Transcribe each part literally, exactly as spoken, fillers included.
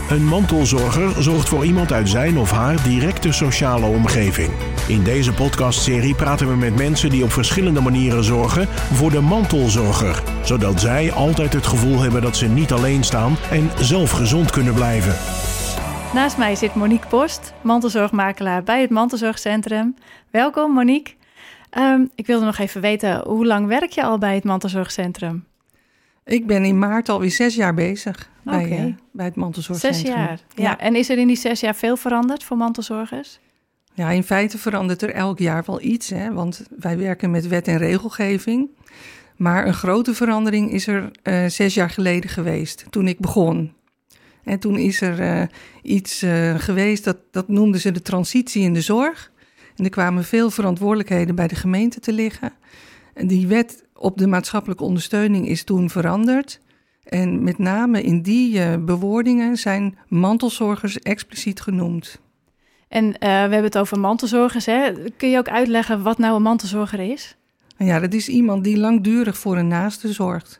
Een mantelzorger zorgt voor iemand uit zijn of haar directe sociale omgeving. In deze podcastserie praten we met mensen die op verschillende manieren zorgen voor de mantelzorger, zodat zij altijd het gevoel hebben dat ze niet alleen staan en zelf gezond kunnen blijven. Naast mij zit Monique Post, mantelzorgmakelaar bij het Mantelzorgcentrum. Welkom Monique. Um, ik wilde nog even weten, hoe lang werk je al bij het Mantelzorgcentrum? Ik ben in maart alweer zes jaar bezig bij, okay. uh, bij het Mantelzorgcentrum. Zes jaar, ja. ja. En is er in die zes jaar veel veranderd voor mantelzorgers? Ja, in feite verandert er elk jaar wel iets, hè, want wij werken met wet en regelgeving. Maar een grote verandering is er uh, zes jaar geleden geweest, toen ik begon. En toen is er uh, iets uh, geweest, dat, dat noemden ze de transitie in de zorg. En er kwamen veel verantwoordelijkheden bij de gemeente te liggen. En die wet op de maatschappelijke ondersteuning is toen veranderd. En met name in die uh, bewoordingen zijn mantelzorgers expliciet genoemd. En uh, we hebben het over mantelzorgers, hè? Kun je ook uitleggen wat nou een mantelzorger is? Ja, dat is iemand die langdurig voor een naaste zorgt.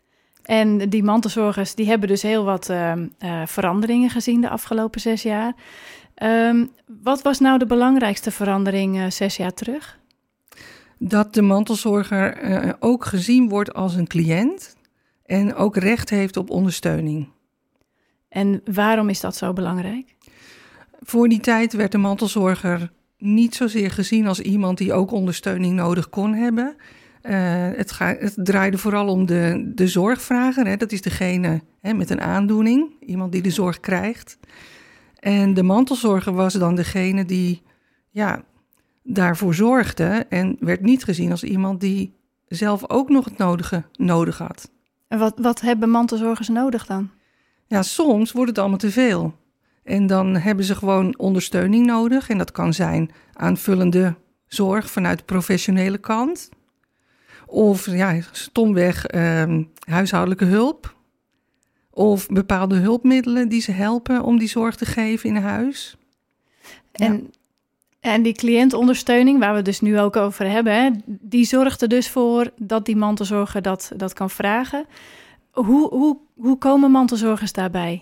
En die mantelzorgers die hebben dus heel wat uh, uh, veranderingen gezien de afgelopen zes jaar. Um, wat was nou de belangrijkste verandering uh, zes jaar terug? Dat de mantelzorger uh, ook gezien wordt als een cliënt en ook recht heeft op ondersteuning. En waarom is dat zo belangrijk? Voor die tijd werd de mantelzorger niet zozeer gezien als iemand die ook ondersteuning nodig kon hebben. Uh, het, ga, het draaide vooral om de, de zorgvrager. Hè. Dat is degene hè, met een aandoening, iemand die de zorg krijgt. En de mantelzorger was dan degene die ja, daarvoor zorgde en werd niet gezien als iemand die zelf ook nog het nodige nodig had. En wat, wat hebben mantelzorgers nodig dan? Ja, soms wordt het allemaal te veel. En dan hebben ze gewoon ondersteuning nodig. En dat kan zijn aanvullende zorg vanuit de professionele kant. Of ja, stomweg eh, huishoudelijke hulp. Of bepaalde hulpmiddelen die ze helpen om die zorg te geven in huis. En, ja. en die cliëntondersteuning, waar we het dus nu ook over hebben, hè, die zorgt er dus voor dat die mantelzorger dat, dat kan vragen. Hoe, hoe, hoe komen mantelzorgers daarbij?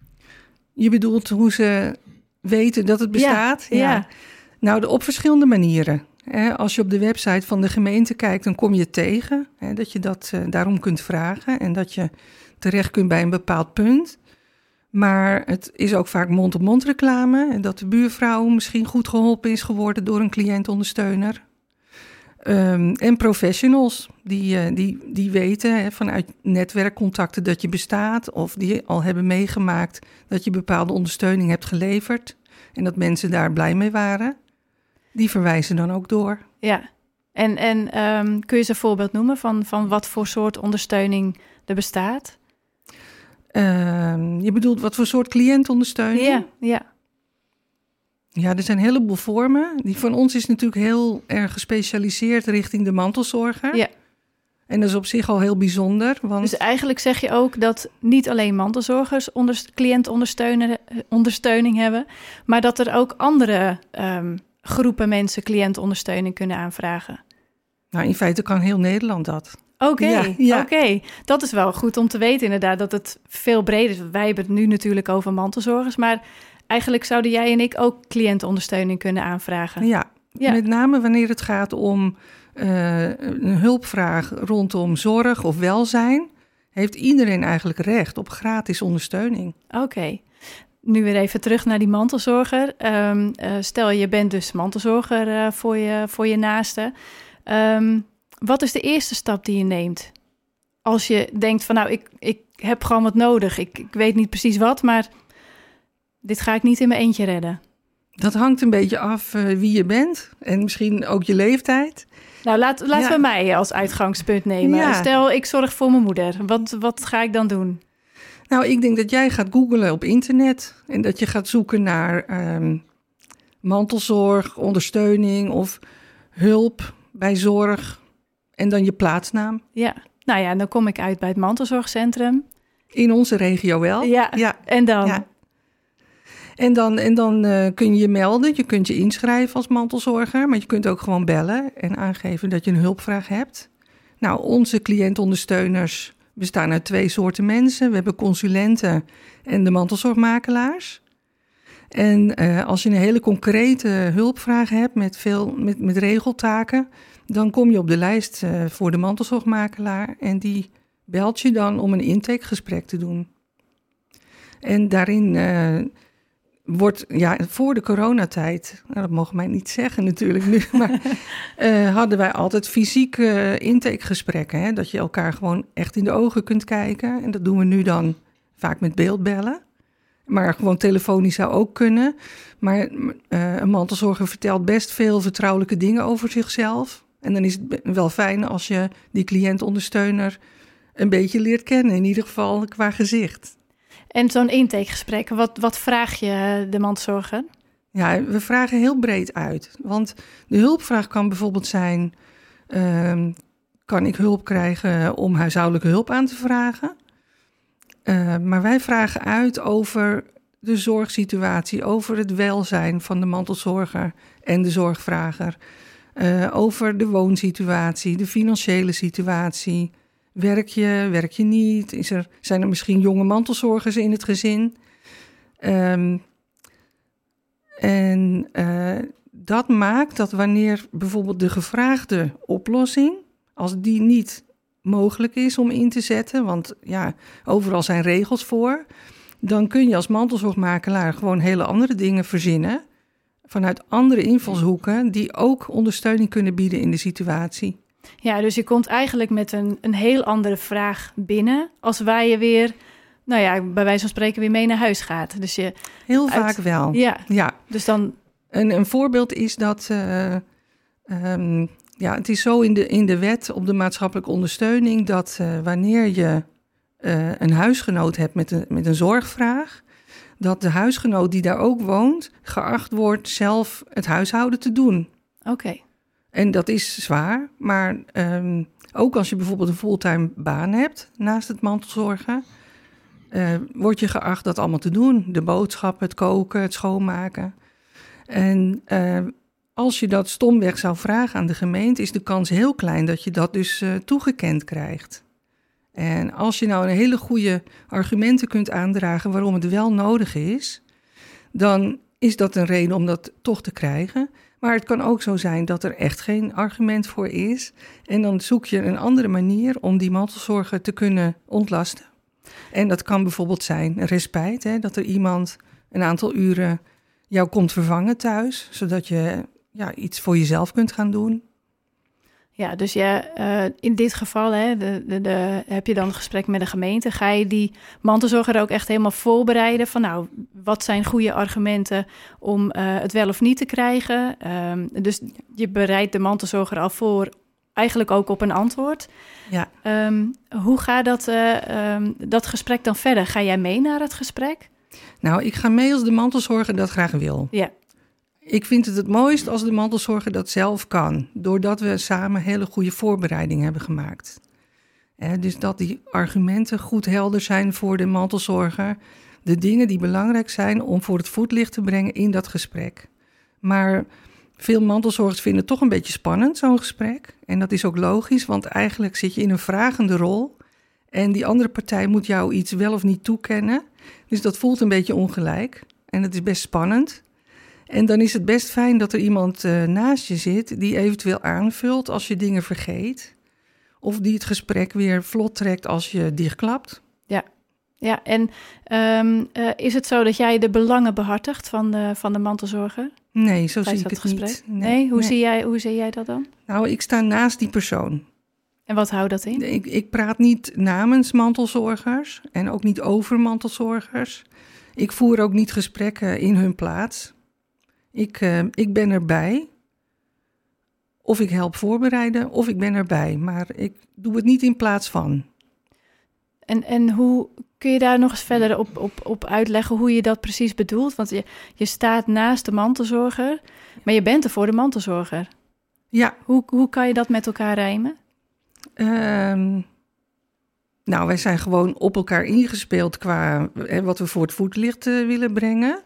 Je bedoelt hoe ze weten dat het bestaat? Ja, ja. ja. Nou, op verschillende manieren. Als je op de website van de gemeente kijkt, dan kom je tegen hè, dat je dat uh, daarom kunt vragen en dat je terecht kunt bij een bepaald punt. Maar het is ook vaak mond-op-mond reclame en dat de buurvrouw misschien goed geholpen is geworden door een cliëntondersteuner. Um, en professionals die, uh, die, die weten hè, vanuit netwerkcontacten dat je bestaat of die al hebben meegemaakt dat je bepaalde ondersteuning hebt geleverd en dat mensen daar blij mee waren. Die verwijzen dan ook door. Ja, en, en um, kun je eens een voorbeeld noemen van, van wat voor soort ondersteuning er bestaat? Uh, je bedoelt wat voor soort cliëntondersteuning? Ja, ja. Ja, er zijn een heleboel vormen. Die van ons is natuurlijk heel erg gespecialiseerd richting de mantelzorger. Ja. En dat is op zich al heel bijzonder. Want... Dus eigenlijk zeg je ook dat niet alleen mantelzorgers onder, cliëntondersteuning hebben, maar dat er ook andere um, groepen mensen cliëntondersteuning kunnen aanvragen. Nou, in feite kan heel Nederland dat. Oké, okay, ja, ja. okay. Dat is wel goed om te weten inderdaad, dat het veel breder is. Wij hebben het nu natuurlijk over mantelzorgers, maar eigenlijk zouden jij en ik ook cliëntondersteuning kunnen aanvragen. Ja, ja. Met name wanneer het gaat om uh, een hulpvraag rondom zorg of welzijn, heeft iedereen eigenlijk recht op gratis ondersteuning. Oké. Okay. Nu weer even terug naar die mantelzorger. Um, uh, stel, je bent dus mantelzorger uh, voor, je, voor je naaste. Um, wat is de eerste stap die je neemt? Als je denkt van nou, ik, ik heb gewoon wat nodig. Ik, ik weet niet precies wat, maar dit ga ik niet in mijn eentje redden. Dat hangt een beetje af uh, wie je bent en misschien ook je leeftijd. Nou, laat, laten ja. we mij als uitgangspunt nemen. Ja. Stel, ik zorg voor mijn moeder. Wat, wat ga ik dan doen? Nou, ik denk dat jij gaat googlen op internet en dat je gaat zoeken naar um, mantelzorg, ondersteuning of hulp bij zorg en dan je plaatsnaam. Ja, nou ja, dan kom ik uit bij het mantelzorgcentrum. In onze regio wel. Ja, ja. En dan? Ja. En dan, en dan uh, kun je je melden, je kunt je inschrijven als mantelzorger, maar je kunt ook gewoon bellen en aangeven dat je een hulpvraag hebt. Nou, onze cliëntondersteuners bestaan uit twee soorten mensen. We hebben consulenten en de mantelzorgmakelaars. En uh, als je een hele concrete hulpvraag hebt met, veel, met, met regeltaken, dan kom je op de lijst uh, voor de mantelzorgmakelaar en die belt je dan om een intakegesprek te doen. En daarin uh, wordt, ja, voor de coronatijd, nou, dat mogen wij niet zeggen natuurlijk nu, maar uh, hadden wij altijd fysieke uh, intakegesprekken. Hè, dat je elkaar gewoon echt in de ogen kunt kijken. En dat doen we nu dan vaak met beeldbellen. Maar gewoon telefonisch zou ook kunnen. Maar uh, een mantelzorger vertelt best veel vertrouwelijke dingen over zichzelf. En dan is het wel fijn als je die cliëntondersteuner een beetje leert kennen. In ieder geval qua gezicht. En zo'n intakegesprek, wat, wat vraag je de mantelzorger? Ja, we vragen heel breed uit. Want de hulpvraag kan bijvoorbeeld zijn, Uh, kan ik hulp krijgen om huishoudelijke hulp aan te vragen? Uh, maar wij vragen uit over de zorgsituatie, over het welzijn van de mantelzorger en de zorgvrager. Uh, over de woonsituatie, de financiële situatie. Werk je, werk je niet? Is er, zijn er misschien jonge mantelzorgers in het gezin? Um, en uh, dat maakt dat wanneer bijvoorbeeld de gevraagde oplossing, als die niet mogelijk is om in te zetten, want ja, overal zijn regels voor, dan kun je als mantelzorgmakelaar gewoon hele andere dingen verzinnen vanuit andere invalshoeken die ook ondersteuning kunnen bieden in de situatie. Ja, dus je komt eigenlijk met een, een heel andere vraag binnen als waar je weer, nou ja, bij wijze van spreken weer mee naar huis gaat. Dus je heel uit, vaak wel. Ja, ja. Dus dan een, een voorbeeld is dat Uh, um, Ja, het is zo in de, in de wet op de maatschappelijke ondersteuning dat uh, wanneer je uh, een huisgenoot hebt met een, met een zorgvraag, dat de huisgenoot die daar ook woont geacht wordt zelf het huishouden te doen. Oké. Okay. En dat is zwaar, maar um, ook als je bijvoorbeeld een fulltime baan hebt naast het mantelzorgen, uh, word je geacht dat allemaal te doen. De boodschappen, het koken, het schoonmaken. En Uh, Als je dat stomweg zou vragen aan de gemeente, is de kans heel klein dat je dat dus uh, toegekend krijgt. En als je nou een hele goede argumenten kunt aandragen waarom het wel nodig is, dan is dat een reden om dat toch te krijgen. Maar het kan ook zo zijn dat er echt geen argument voor is. En dan zoek je een andere manier om die mantelzorger te kunnen ontlasten. En dat kan bijvoorbeeld zijn respijt, hè, dat er iemand een aantal uren jou komt vervangen thuis, zodat je ja, iets voor jezelf kunt gaan doen. Ja, dus ja, uh, in dit geval hè, de, de, de, heb je dan een gesprek met de gemeente. Ga je die mantelzorger ook echt helemaal voorbereiden van nou, wat zijn goede argumenten om uh, het wel of niet te krijgen? Um, dus je bereidt de mantelzorger al voor, eigenlijk ook op een antwoord. Ja. Um, hoe gaat dat, uh, um, dat gesprek dan verder? Ga jij mee naar het gesprek? Nou, ik ga mee als de mantelzorger dat graag wil. Ja. Ik vind het het mooist als de mantelzorger dat zelf kan, doordat we samen hele goede voorbereidingen hebben gemaakt. Eh, dus dat die argumenten goed helder zijn voor de mantelzorger, de dingen die belangrijk zijn om voor het voetlicht te brengen in dat gesprek. Maar veel mantelzorgers vinden het toch een beetje spannend, zo'n gesprek. En dat is ook logisch, want eigenlijk zit je in een vragende rol en die andere partij moet jou iets wel of niet toekennen. Dus dat voelt een beetje ongelijk en het is best spannend. En dan is het best fijn dat er iemand uh, naast je zit die eventueel aanvult als je dingen vergeet. Of die het gesprek weer vlot trekt als je dichtklapt. Ja, ja. En um, uh, is het zo dat jij de belangen behartigt van de, van de mantelzorger? Nee, zo zie ik het gesprek? niet. Nee, nee? Hoe, nee. Zie jij, hoe zie jij dat dan? Nou, ik sta naast die persoon. En wat houdt dat in? Ik, ik praat niet namens mantelzorgers en ook niet over mantelzorgers. Ik voer ook niet gesprekken in hun plaats. Ik, uh, ik ben erbij. Of ik help voorbereiden, of ik ben erbij. Maar ik doe het niet in plaats van. En, en hoe kun je daar nog eens verder op, op, op uitleggen hoe je dat precies bedoelt? Want je, je staat naast de mantelzorger, maar je bent er voor de mantelzorger. Ja. Hoe, hoe kan je dat met elkaar rijmen? Um, nou, wij zijn gewoon op elkaar ingespeeld qua hè, wat we voor het voetlicht uh, willen brengen.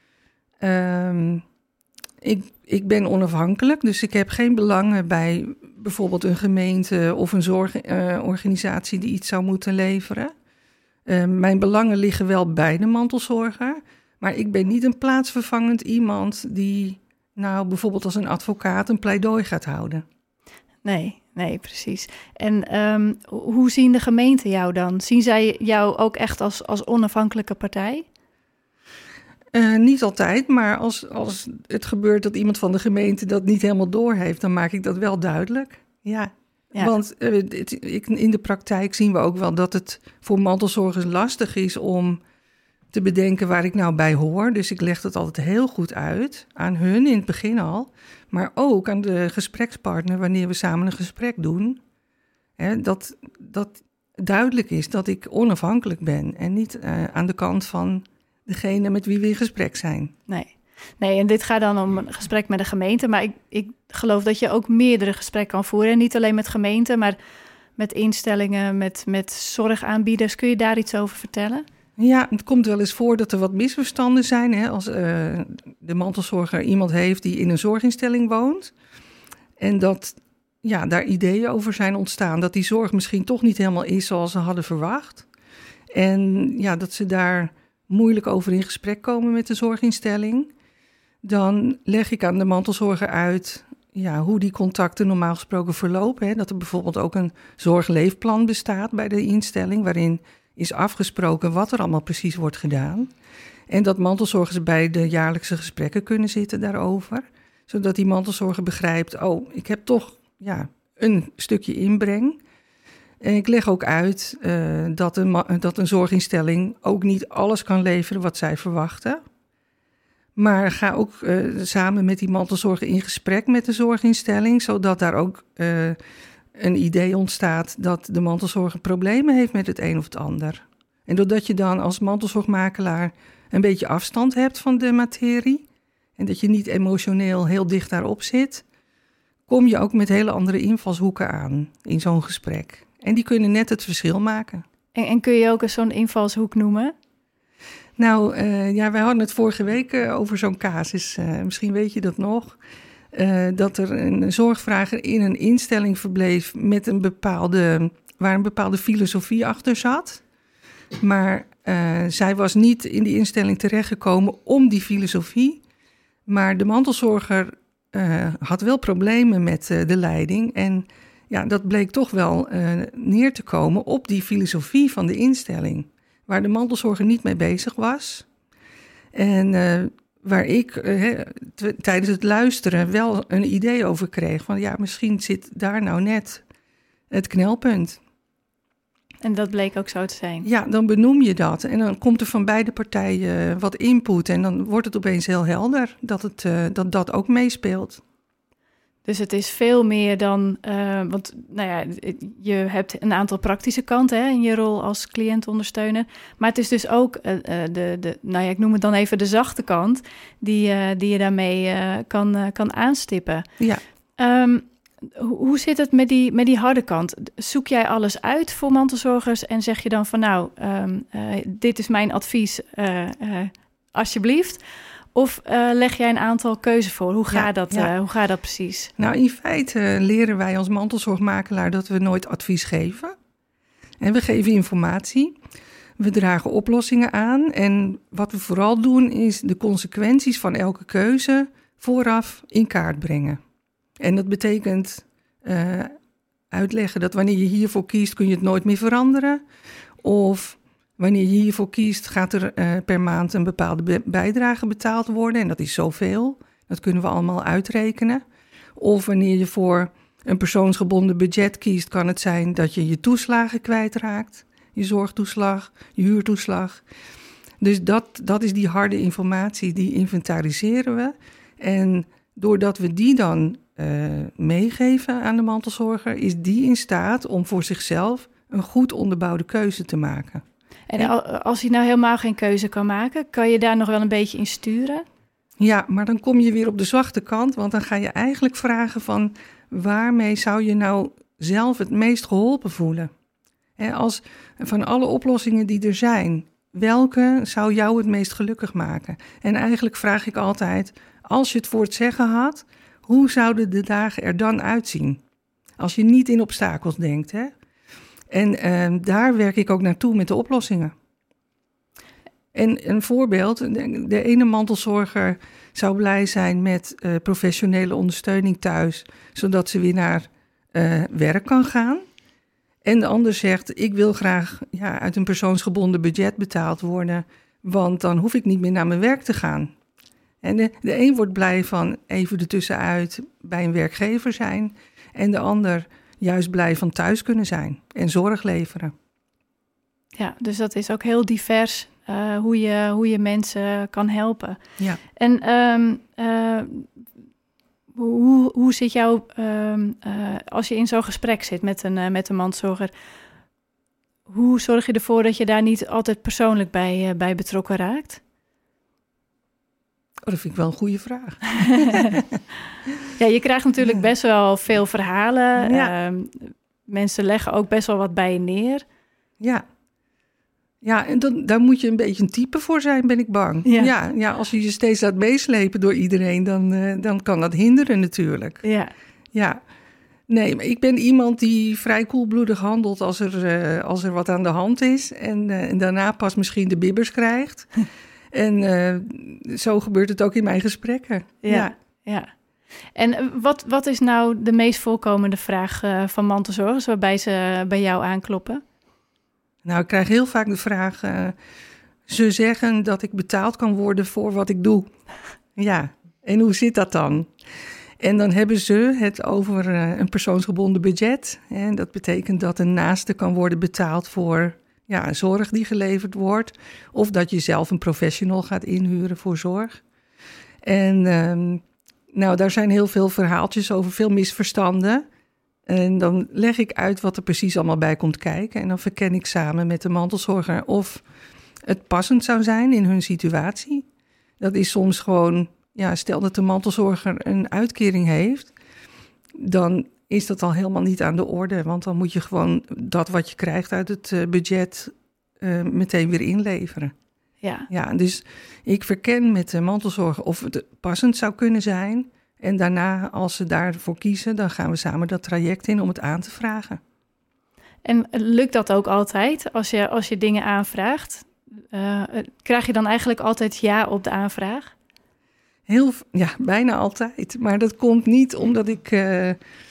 Um, ik, ik ben onafhankelijk, dus ik heb geen belangen bij bijvoorbeeld een gemeente of een zorgorganisatie uh, die iets zou moeten leveren. Uh, mijn belangen liggen wel bij de mantelzorger, maar ik ben niet een plaatsvervangend iemand die nou bijvoorbeeld als een advocaat een pleidooi gaat houden. Nee, nee, precies. En um, hoe zien de gemeenten jou dan? Zien zij jou ook echt als, als onafhankelijke partij? Uh, niet altijd, maar als, als het gebeurt dat iemand van de gemeente dat niet helemaal doorheeft, dan maak ik dat wel duidelijk. Ja, ja. Want uh, het, ik, in de praktijk zien we ook wel dat het voor mantelzorgers lastig is om te bedenken waar ik nou bij hoor. Dus ik leg dat altijd heel goed uit, aan hun in het begin al, maar ook aan de gesprekspartner wanneer we samen een gesprek doen. Hè, dat, dat duidelijk is dat ik onafhankelijk ben en niet uh, aan de kant van degene met wie we in gesprek zijn. Nee. nee, en dit gaat dan om een gesprek met de gemeente, maar ik, ik geloof dat je ook meerdere gesprekken kan voeren. Niet alleen met gemeenten, maar met instellingen, met, met zorgaanbieders. Kun je daar iets over vertellen? Ja, het komt wel eens voor dat er wat misverstanden zijn. Hè? Als uh, de mantelzorger iemand heeft die in een zorginstelling woont en dat ja, daar ideeën over zijn ontstaan, dat die zorg misschien toch niet helemaal is zoals ze hadden verwacht. En ja, dat ze daar moeilijk over in gesprek komen met de zorginstelling, dan leg ik aan de mantelzorger uit ja, hoe die contacten normaal gesproken verlopen. Hè. Dat er bijvoorbeeld ook een zorgleefplan bestaat bij de instelling, waarin is afgesproken wat er allemaal precies wordt gedaan. En dat mantelzorgers bij de jaarlijkse gesprekken kunnen zitten daarover, zodat die mantelzorger begrijpt, oh, ik heb toch ja, een stukje inbreng. En ik leg ook uit uh, dat, een, dat een zorginstelling ook niet alles kan leveren wat zij verwachten. Maar ga ook uh, samen met die mantelzorger in gesprek met de zorginstelling, zodat daar ook uh, een idee ontstaat dat de mantelzorger problemen heeft met het een of het ander. En doordat je dan als mantelzorgmakelaar een beetje afstand hebt van de materie en dat je niet emotioneel heel dicht daarop zit, kom je ook met hele andere invalshoeken aan in zo'n gesprek. En die kunnen net het verschil maken. En, en kun je ook eens zo'n invalshoek noemen? Nou, uh, ja, wij hadden het vorige week uh, over zo'n casus. Uh, misschien weet je dat nog. Uh, dat er een zorgvrager in een instelling verbleef met een bepaalde, waar een bepaalde filosofie achter zat. Maar uh, zij was niet in die instelling terechtgekomen om die filosofie. Maar de mantelzorger uh, had wel problemen met uh, de leiding. En ja, dat bleek toch wel uh, neer te komen op die filosofie van de instelling, waar de mantelzorger niet mee bezig was. En uh, waar ik uh, t- tijdens het luisteren wel een idee over kreeg van ja, misschien zit daar nou net het knelpunt. En dat bleek ook zo te zijn. Ja, dan benoem je dat en dan komt er van beide partijen wat input en dan wordt het opeens heel helder dat het, uh, dat, dat ook meespeelt. Dus het is veel meer dan, uh, want nou ja, je hebt een aantal praktische kanten hè, in je rol als cliëntondersteuner. Maar het is dus ook uh, de, de, nou ja, ik noem het dan even de zachte kant, die, uh, die je daarmee uh, kan, uh, kan aanstippen. Ja. Um, hoe, hoe zit het met die, met die harde kant? Zoek jij alles uit voor mantelzorgers en zeg je dan van nou, um, uh, dit is mijn advies, uh, uh, alsjeblieft. Of uh, leg jij een aantal keuzes voor? Hoe gaat, ja, dat, ja. uh, hoe gaat dat precies? Nou, in feite leren wij als mantelzorgmakelaar dat we nooit advies geven. En we geven informatie. We dragen oplossingen aan. En wat we vooral doen is de consequenties van elke keuze vooraf in kaart brengen. En dat betekent uh, uitleggen dat wanneer je hiervoor kiest kun je het nooit meer veranderen. Of wanneer je hiervoor kiest, gaat er uh, per maand een bepaalde be- bijdrage betaald worden. En dat is zoveel. Dat kunnen we allemaal uitrekenen. Of wanneer je voor een persoonsgebonden budget kiest, kan het zijn dat je je toeslagen kwijtraakt. Je zorgtoeslag, je huurtoeslag. Dus dat, dat is die harde informatie, die inventariseren we. En doordat we die dan uh, meegeven aan de mantelzorger, is die in staat om voor zichzelf een goed onderbouwde keuze te maken. En als hij nou helemaal geen keuze kan maken, kan je daar nog wel een beetje in sturen? Ja, maar dan kom je weer op de zachte kant, want dan ga je eigenlijk vragen van waarmee zou je nou zelf het meest geholpen voelen? He, als van alle oplossingen die er zijn, welke zou jou het meest gelukkig maken? En eigenlijk vraag ik altijd, als je het voor het zeggen had, hoe zouden de dagen er dan uitzien? Als je niet in obstakels denkt, hè? En uh, daar werk ik ook naartoe met de oplossingen. En een voorbeeld, de, de ene mantelzorger zou blij zijn met uh, professionele ondersteuning thuis, zodat ze weer naar uh, werk kan gaan. En de ander zegt, ik wil graag ja, uit een persoonsgebonden budget betaald worden, want dan hoef ik niet meer naar mijn werk te gaan. En de, de een wordt blij van even ertussenuit bij een werkgever zijn, en de ander juist blij van thuis kunnen zijn en zorg leveren. Ja, dus dat is ook heel divers uh, hoe, je, hoe je mensen kan helpen. Ja. En um, uh, hoe, hoe zit jouw, um, uh, als je in zo'n gesprek zit met een, uh, met een mantelzorger, hoe zorg je ervoor dat je daar niet altijd persoonlijk bij, uh, bij betrokken raakt? Oh, dat vind ik wel een goede vraag. Ja, je krijgt natuurlijk best wel veel verhalen. Ja. Um, mensen leggen ook best wel wat bij je neer. Ja. Ja, en dan, daar moet je een beetje een type voor zijn, ben ik bang. Ja, ja, ja als je je steeds laat meeslepen door iedereen, dan, uh, dan kan dat hinderen natuurlijk. Ja. Ja. Nee, maar ik ben iemand die vrij koelbloedig handelt als er, uh, als er wat aan de hand is. En, uh, en daarna pas misschien de bibbers krijgt. En uh, zo gebeurt het ook in mijn gesprekken. Ja, ja. ja. En wat, wat is nou de meest voorkomende vraag uh, van mantelzorgers waarbij ze bij jou aankloppen? Nou, ik krijg heel vaak de vraag, uh, ze zeggen dat ik betaald kan worden voor wat ik doe. Ja, en hoe zit dat dan? En dan hebben ze het over uh, een persoonsgebonden budget. En dat betekent dat een naaste kan worden betaald voor ja, zorg die geleverd wordt. Of dat je zelf een professional gaat inhuren voor zorg. En um, nou, daar zijn heel veel verhaaltjes over, veel misverstanden. En dan leg ik uit wat er precies allemaal bij komt kijken. En dan verken ik samen met de mantelzorger of het passend zou zijn in hun situatie. Dat is soms gewoon, ja, stel dat de mantelzorger een uitkering heeft, dan is dat al helemaal niet aan de orde. Want dan moet je gewoon dat wat je krijgt uit het uh, budget uh, meteen weer inleveren. Ja. Ja, dus ik verken met de mantelzorger of het passend zou kunnen zijn. En daarna, als ze daarvoor kiezen, dan gaan we samen dat traject in om het aan te vragen. En lukt dat ook altijd als je, als je dingen aanvraagt? Uh, krijg je dan eigenlijk altijd ja op de aanvraag? Heel, ja, bijna altijd. Maar dat komt niet omdat ik uh,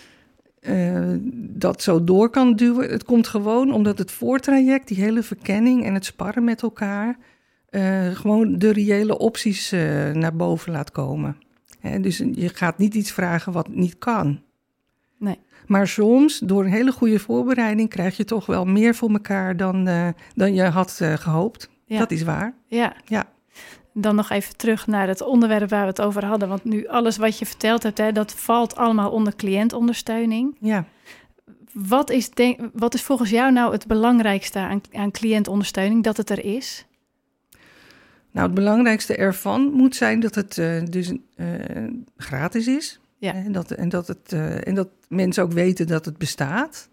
uh, dat zo door kan duwen. Het komt gewoon omdat het voortraject, die hele verkenning en het sparren met elkaar, uh, gewoon de reële opties uh, naar boven laat komen. He, dus je gaat niet iets vragen wat niet kan. Nee. Maar soms, door een hele goede voorbereiding, krijg je toch wel meer voor elkaar dan, uh, dan je had uh, gehoopt. Ja. Dat is waar. Ja. Ja. Dan nog even terug naar het onderwerp waar we het over hadden. Want nu alles wat je verteld hebt, hè, dat valt allemaal onder cliëntondersteuning. Ja. Wat is, denk, wat is volgens jou nou het belangrijkste aan, aan cliëntondersteuning, dat het er is? Nou, het belangrijkste ervan moet zijn dat het uh, dus uh, gratis is. Ja. En, dat, en, dat het, uh, en dat mensen ook weten dat het bestaat.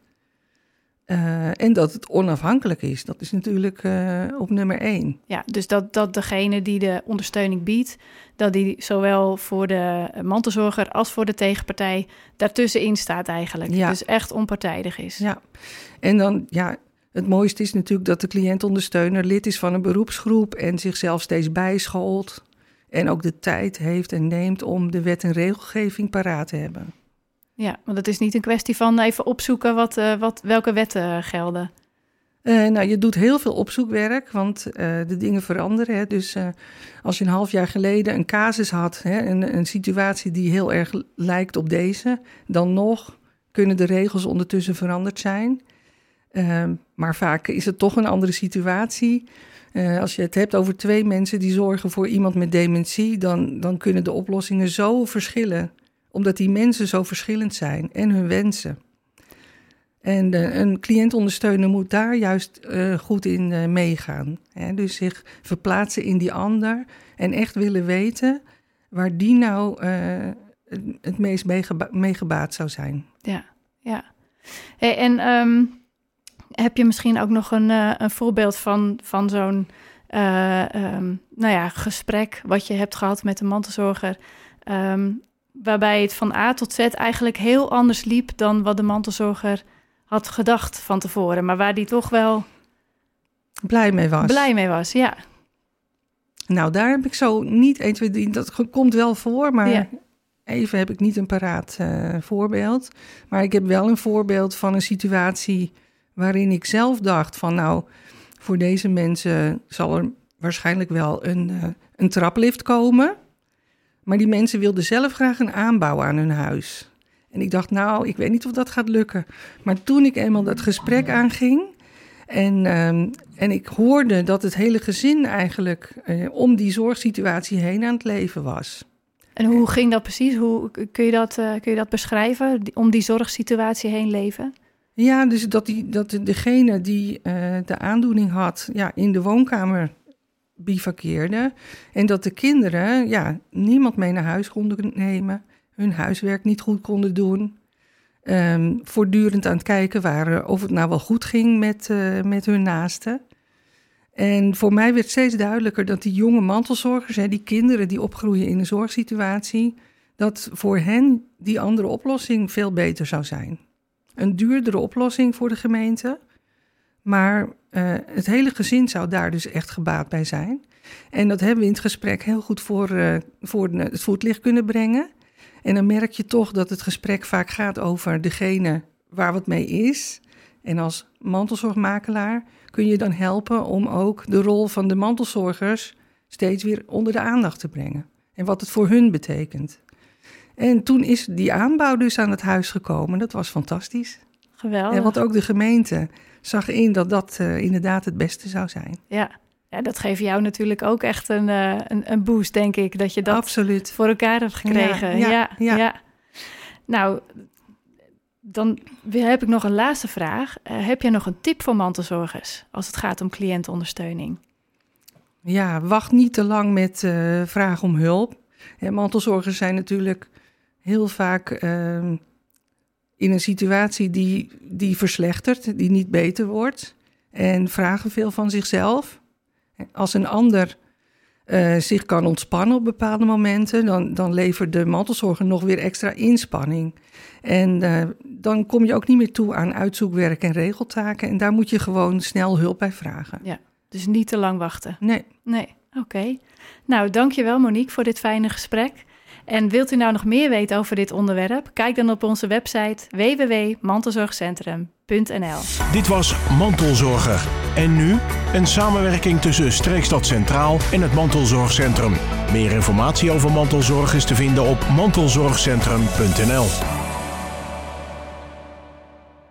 Uh, en dat het onafhankelijk is. Dat is natuurlijk uh, op nummer één. Ja, dus dat, dat degene die de ondersteuning biedt, dat die zowel voor de mantelzorger als voor de tegenpartij daartussenin staat eigenlijk. Ja. Dus echt onpartijdig is. Ja, en dan, ja, het mooiste is natuurlijk dat de cliëntondersteuner lid is van een beroepsgroep en zichzelf steeds bijscholt. En ook de tijd heeft en neemt om de wet en regelgeving paraat te hebben. Ja, want het is niet een kwestie van even opzoeken wat, uh, wat, welke wetten gelden. Uh, nou, je doet heel veel opzoekwerk, want uh, de dingen veranderen. Hè. Dus uh, als je een half jaar geleden een casus had, hè, een, een situatie die heel erg lijkt op deze, dan nog kunnen de regels ondertussen veranderd zijn. Uh, maar vaak is het toch een andere situatie. Uh, als je het hebt over twee mensen die zorgen voor iemand met dementie, dan, dan kunnen de oplossingen zo verschillen, omdat die mensen zo verschillend zijn en hun wensen. En uh, een cliëntondersteuner moet daar juist uh, goed in uh, meegaan. Hè? Dus zich verplaatsen in die ander en echt willen weten waar die nou uh, het, het meest meegeba- meegebaat zou zijn. Ja, ja. Hey, en um, heb je misschien ook nog een, uh, een voorbeeld van, van zo'n uh, um, nou ja, gesprek wat je hebt gehad met de mantelzorger, Um, waarbij het van A tot Z eigenlijk heel anders liep dan wat de mantelzorger had gedacht van tevoren, maar waar die toch wel blij mee was. Blij mee was, ja. Nou, daar heb ik zo niet één, twee, drie, dat komt wel voor, maar Ja. even heb ik niet een paraat uh, voorbeeld. Maar ik heb wel een voorbeeld van een situatie waarin ik zelf dacht van nou, voor deze mensen zal er waarschijnlijk wel een, uh, een traplift komen. Maar die mensen wilden zelf graag een aanbouw aan hun huis. En ik dacht, nou, ik weet niet of dat gaat lukken. Maar toen ik eenmaal dat gesprek aanging en, um, en ik hoorde dat het hele gezin eigenlijk uh, om die zorgsituatie heen aan het leven was. En hoe ging dat precies? Hoe kun je dat, uh, kun je dat beschrijven, die, om die zorgsituatie heen leven? Ja, dus dat, die, dat degene die uh, de aandoening had, ja, in de woonkamer bivakkeerde. En dat de kinderen ja, niemand mee naar huis konden nemen, hun huiswerk niet goed konden doen. Um, voortdurend aan het kijken waren of het nou wel goed ging met, uh, met hun naasten. En voor mij werd steeds duidelijker dat die jonge mantelzorgers, hè, die kinderen die opgroeien in een zorgsituatie, dat voor hen die andere oplossing veel beter zou zijn. Een duurdere oplossing voor de gemeente, maar uh, het hele gezin zou daar dus echt gebaat bij zijn. En dat hebben we in het gesprek heel goed voor, uh, voor het voetlicht kunnen brengen. En dan merk je toch dat het gesprek vaak gaat over degene waar wat mee is. En als mantelzorgmakelaar kun je dan helpen om ook de rol van de mantelzorgers steeds weer onder de aandacht te brengen. En wat het voor hun betekent. En toen is die aanbouw dus aan het huis gekomen. Dat was fantastisch. Geweldig. En want ook de gemeente zag in dat dat uh, inderdaad het beste zou zijn. Ja. Ja, dat geeft jou natuurlijk ook echt een, uh, een, een boost, denk ik. Dat je dat Absoluut. voor elkaar hebt gekregen. Ja, ja, ja, ja. ja. Nou, dan heb ik nog een laatste vraag. Uh, heb jij nog een tip voor mantelzorgers als het gaat om cliëntenondersteuning? Ja, wacht niet te lang met uh, vragen om hulp. En mantelzorgers zijn natuurlijk heel vaak uh, in een situatie die, die verslechtert, die niet beter wordt. En vragen veel van zichzelf. Als een ander uh, zich kan ontspannen op bepaalde momenten, dan, dan levert de mantelzorger nog weer extra inspanning. En uh, dan kom je ook niet meer toe aan uitzoekwerk en regeltaken. En daar moet je gewoon snel hulp bij vragen. Ja, dus niet te lang wachten. Nee. Nee, oké. Okay. Nou, dankjewel Monique voor dit fijne gesprek. En wilt u nou nog meer weten over dit onderwerp? Kijk dan op onze website w w w punt mantelzorgcentrum punt n l. Dit was Mantelzorger. En nu een samenwerking tussen Streekstad Centraal en het Mantelzorgcentrum. Meer informatie over mantelzorg is te vinden op mantelzorgcentrum punt n l.